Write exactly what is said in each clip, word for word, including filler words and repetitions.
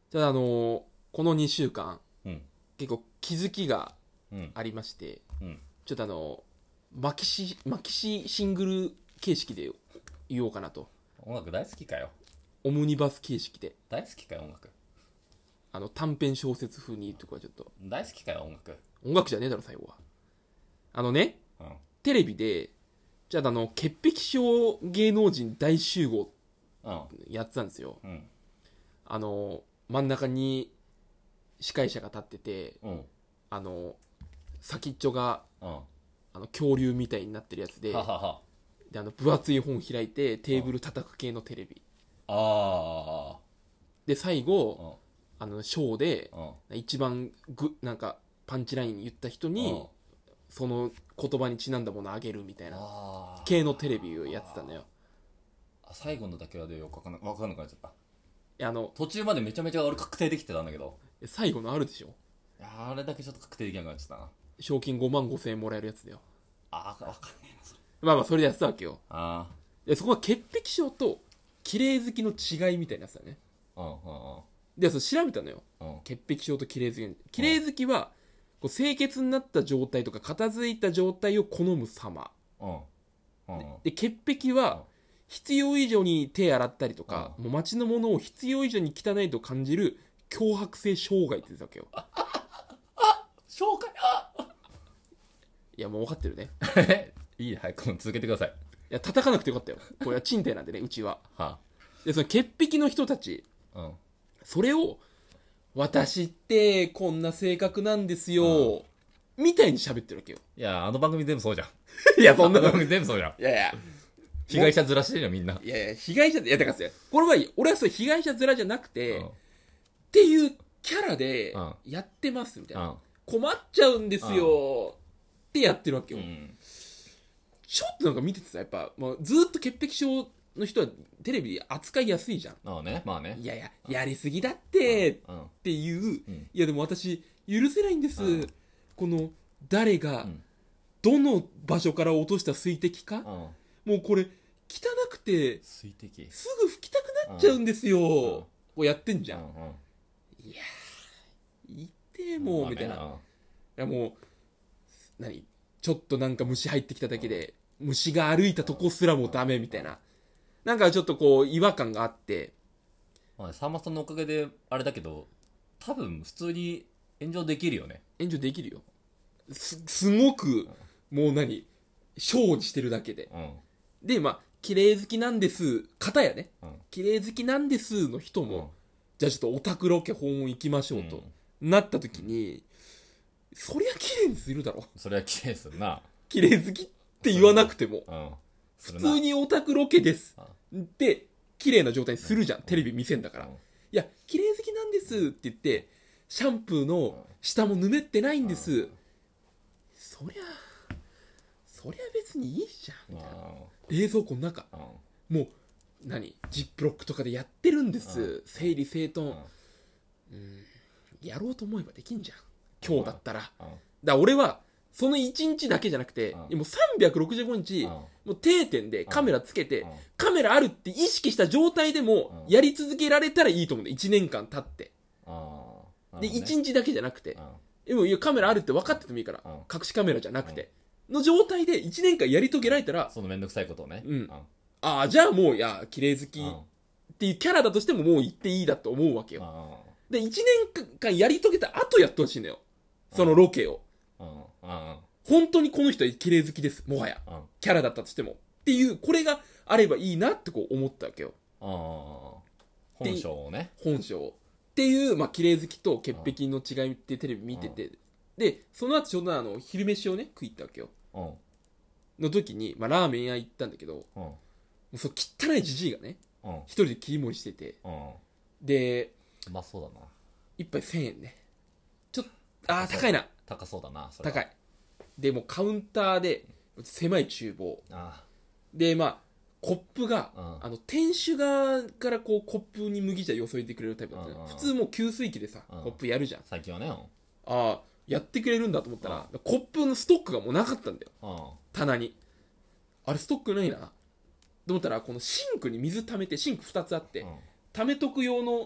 じゃあ、あのーこのにしゅうかん、 うん。 結構気づきがうん。 ありまして、 うん。 ちょっとあのーマキシ、マキシシングル形式で言おうかなと。 音楽大好きかよ。 オムニバス形式で。 大好きかよ、音楽。 あの、短編小説風に言うとこはちょっと。 大好きかよ、音楽。 音楽じゃねえだろ、最後は。あのね、 うん。 テレビで、じゃああの、潔癖症芸能人大集合うん。 やってたんですよ。 うん。 あの、真ん中に司会者が立ってて、 うん。 あの、先っちょが、 うん。はあの、恐竜みたいになってるやつで、 はは。 で、あの、分厚い本開いて、テーブル叩く系のテレビ。 あで、最あ。 後、あの、ショーで、 うん。 一番ぐ、なんか、パンチライン言った人うん。 に、その言葉にちなんだものあげるみたいな、 ああ。 系のテレビをやってたのよ。 あ、最後のだけはでよくわかんなわかんなくなっちゃった。 いや、あの、 途中までめちゃめちゃ俺確定できてたんだけど。 最後のあるでしょ。 いやーあれだけちょっと確定できなくなっちゃったな。 賞金ごまんごせんえんもらえるやつだよ。 ああ、わかんねえな、それ。 まあまあ、それでやってたわけよ。 あで、そこは潔癖症と、綺麗好きの違いみたいなやつだね。 あ。うんうんで、それ調べたのよ。 うん。うん。 潔癖症と綺麗好き。綺麗好きは、こう清潔になった状態とか片付いた状態を好む様。 うん。うん。 で、潔癖は、必要以上に手洗ったりとか、 うんもう街のものを必要以上に汚いと感じる脅迫性障害って言ってたわけよ。 紹介あいや、もう分かってるね。 いい、はい、この続けてください。 いや、叩かなくてよかったよ。これは賃貸なんでね、うちは。 はで、その潔癖の人たち、 あ。うん。 それを、私ってこんな性格なんですよ、みたいに喋ってるわけよ。 いや、あの番組全部そうじゃん。 いや、そんなあの番組全部そうじゃん。 いやいや、 被害者ずらしてるよ、みんな。 いやいや、被害者って、いや、だからさ、これは、俺はそう被害者面じゃなくて、 うんっていうキャラでうんやってますみたいな、 うん困っちゃうんですよってやってるわけよ、 うんちょっとなんか見ててさ、やっぱもうずっと潔癖症の人はテレビで扱いやすいじゃん。 まあね、まあね。 いやいややりすぎだってうんっていう、 うんいやでも私許せないんです、 うんこの誰がうんどの場所から落とした水滴か、 うん。 もうこれ汚くて水滴。 すぐ拭きたくなっちゃうんですよ、 んこうやってんじゃん、 うんうん。 いやー言ってもうみたいな、いやもう何ちょっとなんか虫入ってきただけで虫が歩いたとこすらもダメみたいな、なんかちょっとこう違和感があって、 まあ、さんまさんのおかげであれだけど、多分普通に炎上できるよね。 炎上できるよ。すすごくもう何精進してるだけで、 うんでまあ綺麗好きなんです方やね、 うん綺麗好きなんですの人も、 うんじゃあちょっとオタクロケ訪問行きましょうと、なった時にそりゃ綺麗にするだろ、 それは綺麗するな。 綺麗好きって言わなくてもうん。す普るな通にオタクロケですうんで綺麗な状態にするじゃん、テレビ見せんだから、 うんいや綺麗好きなんですって言ってシャンプーの下もぬめってないんです、 うんそりゃそりゃ別にいいじゃんみたいな、 う冷蔵庫の中んうんもう何ジップロックとかでやってるんです、 うん整理整頓、 うんうんやろうと思えばできんじゃん今日だったら、だかうんら俺はそのいちにちだけじゃなくて、 うんいやもうさんびゃくろくじゅうごにち、 うんもう定点でカメラつけて、 うんカメラあるって意識した状態でもうんやり続けられたらいいと思うんだ、いちねんかん経ってあーでなるほどねいちにちだけじゃなくて、 うんでもいやカメラあるって分かっててもいいから、 うん隠しカメラじゃなくて、の状態でいちねんかんやり遂げられたら、 そのめんどくさいことをね。 うんああじゃあもういや綺麗好きうんっていうキャラだとしてももう言っていいだと思うわけよ、 あでいちねんかんやり遂げた後やってほしいのよ、そのロケを。 ーうんうん本当にこの人は綺麗好きですもはやうんうんキャラだったとしてもっていうこれがあればいいなってこう思ったわけよ、 あー本性をね。 本性っていう、まあ綺麗好きと潔癖の違いってテレビ見てて、でその後ちょうどあの昼飯をね食い行ったわけようんの時に、まあ、ラーメン屋行ったんだけど、もうんうそう汚いじじいがねうん一人で切り盛りしてて、 うん。 でうまそうだな。 一杯せんえんね、ちょっとあー高いな、 高そうだな、それは。 高いでもうカウンターで狭い厨房あでまあコップが、 うんあの店主側からこうコップに麦茶注いでくれるタイプだったね、 うんうん普通もう給水器でさ、 うんコップやるじゃん、 最近はね。うんああやってくれるんだと思ったら、コップのストックがもうなかったんだよ、 うん棚に。あれストックないなと思ったら、このシンクに水溜めて、シンクふたつあって、 うん溜めとく用の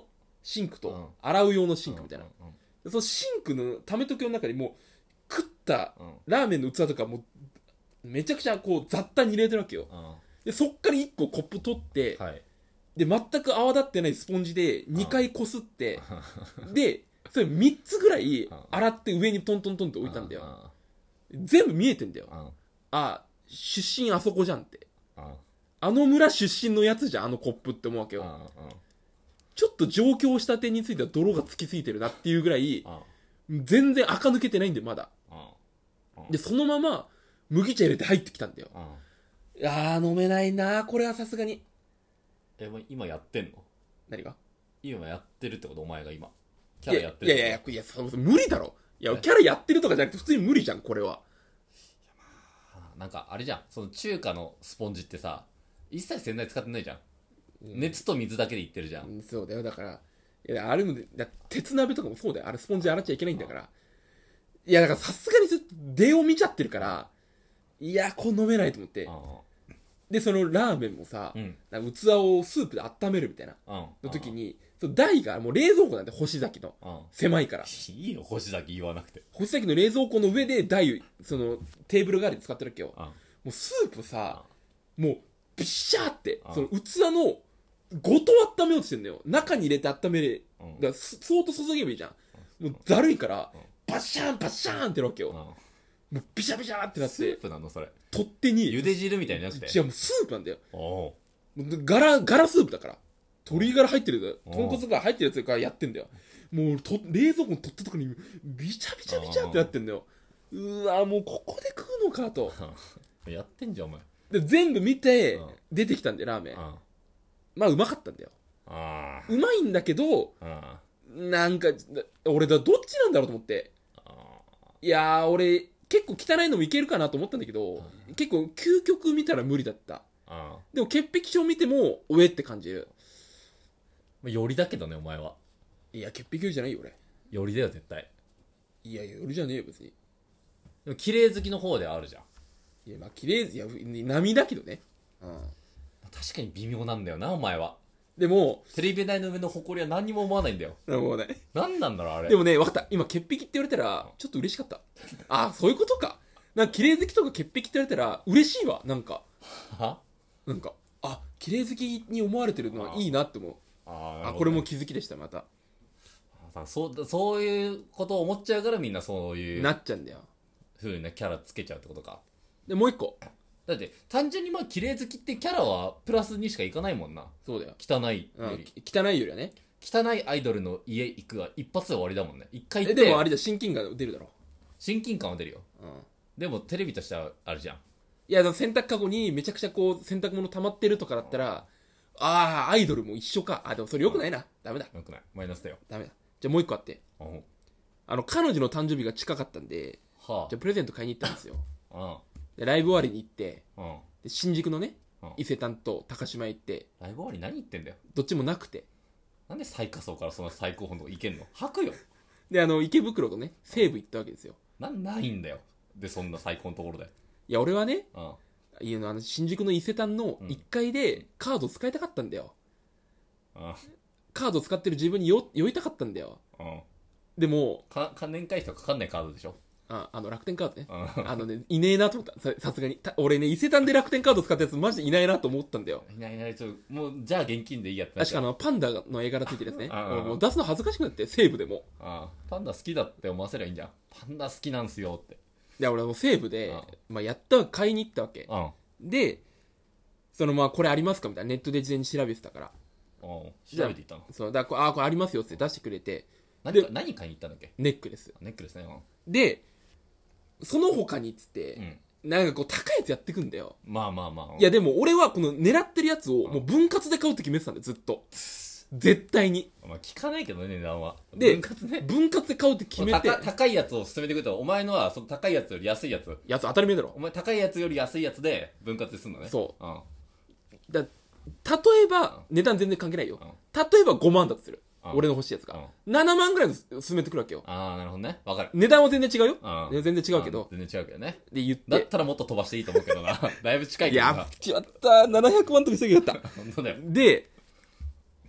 シンクうんと洗う用のシンクみたいな、 うんうんでそのシンクの溜めときの中にもう食ったうんラーメンの器とかもうめちゃくちゃこう雑多に入れてるわけよ。 うんでそっからいっこコップ取って、 はいで全く泡立ってないスポンジでにかいこすって、でそれみっつぐらい洗って上にトントントンって置いたんだよ。全部見えてんだよ。 うんあ、出身あそこじゃんって。 うんあの村出身のやつじゃん、あのコップって思うわけよ。ちょっと上京した点については泥がつきすぎてるなっていうぐらい、全然垢抜けてないんだよ、まだ。で、そのまま麦茶入れて入ってきたんだよ。いやー、飲めないなー、これはさすがに。 え、もう今やってんの？ 何が？ 今やってるってこと？お前が今キャラやってるいやいやいやいや、そ無理だろ。いや、キャラやってるとかじゃなくて普通に無理じゃん、これは。 なんかあれじゃん、その中華のスポンジってさ、一切洗剤使ってないじゃん、うん、熱と水だけでいってるじゃん。 そうだよ。だからいやあるので、だ鉄鍋とかもそうだよ。あれスポンジ洗っちゃいけないんだから。いやだからさすがに出を見ちゃってるから、いやこう飲めないと思って。でそのラーメンもさ、うん、なんか器をスープで温めるみたいなの時に、その台がもう冷蔵庫なんで、星崎の狭いから。 いいよ星崎言わなくて。 星崎の冷蔵庫の上で台、そのテーブル代わりに使ってるわけよ。もうスープさ、もうビシャーって、その器のごと温めようとしてんだよ。中に入れて温めれ、だから相当注げばいいじゃん。もうだるいからバシャーンバシャーンってやるわけよ。もうビシャビシャーってなって、 スープなのそれ？ 取っ手に茹で汁みたいになって。 違う、もうスープなんだよ。ガラガラスープだから、鶏ガラ入ってる、豚骨が入ってるやつからやってんだよ。もうと冷蔵庫に取ったとこにビチャビチャビチャってなってんだよ。うわもうここで食うのかとやってんじゃんお前。 で全部見て出てきたんでラーメン、まあうまかったんだよ。うまいんだけど、なんか俺だどっちなんだろうと思って、いやー俺結構汚いのもいけるかなと思ったんだけど、結構究極見たら無理だった。でも潔癖症見てもおえって感じる。 よりだけどねお前は。 いや潔癖症じゃないよ俺。 よりだよ絶対。 いやいやよりじゃねえよ別に。 でも綺麗好きの方であるじゃん。 いやまあ綺麗いや波だけどね、うん、 確かに微妙なんだよなお前は。 でもテレビ台の上の埃は何にも思わないんだよ。 もうね、 何なんだろうあれ。 でもね分かった、今潔癖って言われたらちょっと嬉しかった。あそういうことか。なんか綺麗好きとか潔癖って言われたら嬉しいわ。なんかはなんかあ綺麗好きに思われてるのはいいなって思う。ああ、これも気づきでした。またそうそういうことを思っちゃうからみんなそういうなっちゃうんだよ。 風なキャラつけちゃうってことか。 でもう一個だって単純にまあ綺麗好きってキャラはプラスにしかいかないもんな。 そうだよ。 汚いより、 うん、汚いよりはね。 汚いアイドルの家行くは一発で終わりだもんね。一回行って。えでもあれじゃ親近感出るだろ。 親近感は出るよ、うん、でもテレビとしてはあるじゃん。 いや洗濯かごにめちゃくちゃこう洗濯物溜まってるとかだったら、うん、ああアイドルも一緒か。あでもそれよくないな、うん、ダメだ。 よくない、マイナスだよ。 ダメだ。じゃあもう一個あって、うん、あの彼女の誕生日が近かったんで、はあ、じゃあプレゼント買いに行ったんですよ。うんでライブ終わりに行って、うん、で新宿のね、うん、伊勢丹と高島行って。 ライブ終わり何言ってんだよ。 どっちもなくて。 なんで最下層からその最高峰のとこ行けんの。吐くよ。 であの池袋とね西武行ったわけですよ。 なんないんだよでそんな最高のところで。 いや俺はね、うん、いやあの新宿の伊勢丹のいっかいでカード使いたかったんだよ、うん、カード使ってる自分に酔いたかったんだよ、うん、でもか年会費とかかかんないカードでしょ。 あ, あの楽天カードね、うん、あのねいねえなと思った。 さ, さすがに俺ね伊勢丹で楽天カード使ったやつマジでいないなと思ったんだよ。 いないいない。ちょもうじゃあ現金でいいやってなっちゃう。 確かあのパンダの絵柄ついてるやつね。俺もう出すの恥ずかしくなって西武でもあパンダ好きだって思わせりゃいいんじゃん。パンダ好きなんすよって。 いや俺も西武でまあ、やった買いに行ったわけで、そのまあこれありますかみたいなネットで事前に調べてたから調べていったの。 そうだからあこれありますよって出してくれて。 何か何買いに行ったんだっけ。 ネックレス。 ネックレスね。 でその他にっつって、うん、なんかこう高いやつやってくんだよ。 まあまあまあ。 いやでも俺はこの狙ってるやつをもう分割で買うって決めてたんだよずっと。絶対に。 まあ聞かないけどね値段は。 で分割ね。分割で買うって決めて。 高, 高いやつを勧めてくれたらお前のはその高いやつより安いやつ。 やつ当たり前だろ。 お前高いやつより安いやつで分割するのね。 そう。うん、だ例えば、うん、値段全然関係ないよ。うん、例えばごまんだとする。俺の欲しいやつが、うん、ななまんぐらいで進めてくるわけよ。 ああなるほどね。わかる。 値段は全然違うよ、うん、全然違うけど、 うん、全然違うけどね。 で言ってだったらもっと飛ばしていいと思うけどなだいぶ近いけどな。 やっちまった。ななひゃくまん飛びすぎだった本当だよ。 で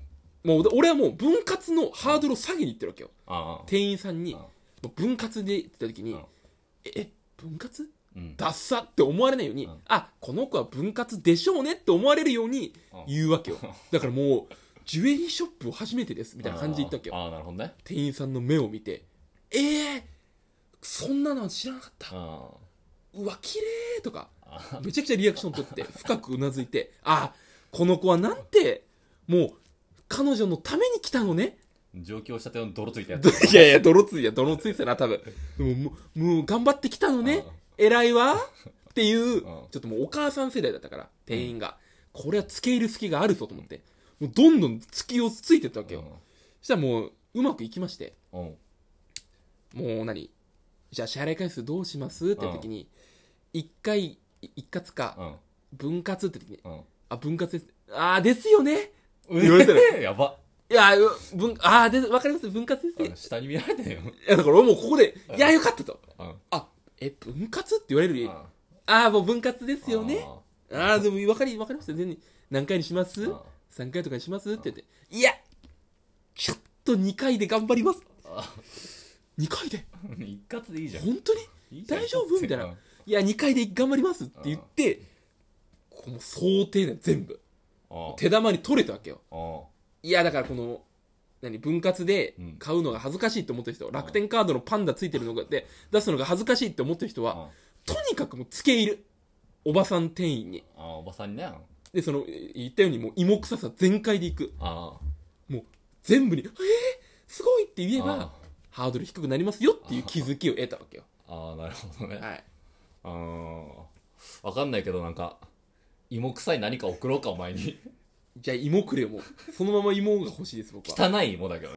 もう俺はもう分割のハードルを下げに行ってるわけよ。 ああ店員さんにあもう分割で言った時にうんええ分割うんダッサって思われないように、 うんあこの子は分割でしょうねって思われるように言うわけよ。だからもうジュエリーショップを初めてですみたいな感じで言ったわけよ。 ああなるほどね。 店員さんの目を見てえー、そんなの知らなかったあうわ綺麗とかあめちゃくちゃリアクション取って深くうなずいてあこの子はなんてもう彼女のために来たのね。 上京したての泥ついたやつ。 いやいや泥ついや泥ついてたな多分。でももうもう頑張ってきたのね偉いわっていうちょっともうお母さん世代だったから店員がこれは付け入る隙があるぞと思ってもうどんどん付きをついてったわけよ。そしたらもううまくいきましてうんうんもう何じゃあ支払い回数どうしますって時に一回一括かうん分割って時にうんあ分割ですああですよねうん言われたらやば。 いやう分ああでわかります分割ですねあ下に見られてるよ。 いやだから俺もうここでいやよかったとうんあえ分割って言われるよりうんああもう分割ですよねああでも分かり分かりました全然何回にしますうんさんかいとかにしますって言っていやちょっとにかいで頑張りますあにかいで一括でいいじゃん。 本当にいいじゃん大丈夫みたいなうんいやにかいで頑張りますって言ってこの想定ね全部あ手玉に取れたわけよ。 あいやだからこの何分割で買うのが恥ずかしいって思ってる人、楽天カードのパンダついてるのがで出すのが恥ずかしいって思ってる人は、とにかくもう付け入るおばさん店員にああおばさんにね。 でその言ったようにもう芋臭さ全開でいくあもう全部にえー、すごいって言えばあハードル低くなりますよっていう気づきを得たわけよ。 ああなるほどね。 はいああわかんないけどなんか芋臭い何か送ろうかお前に。 じゃあ芋くれよもうそのまま芋が欲しいです僕は。 汚い芋だけど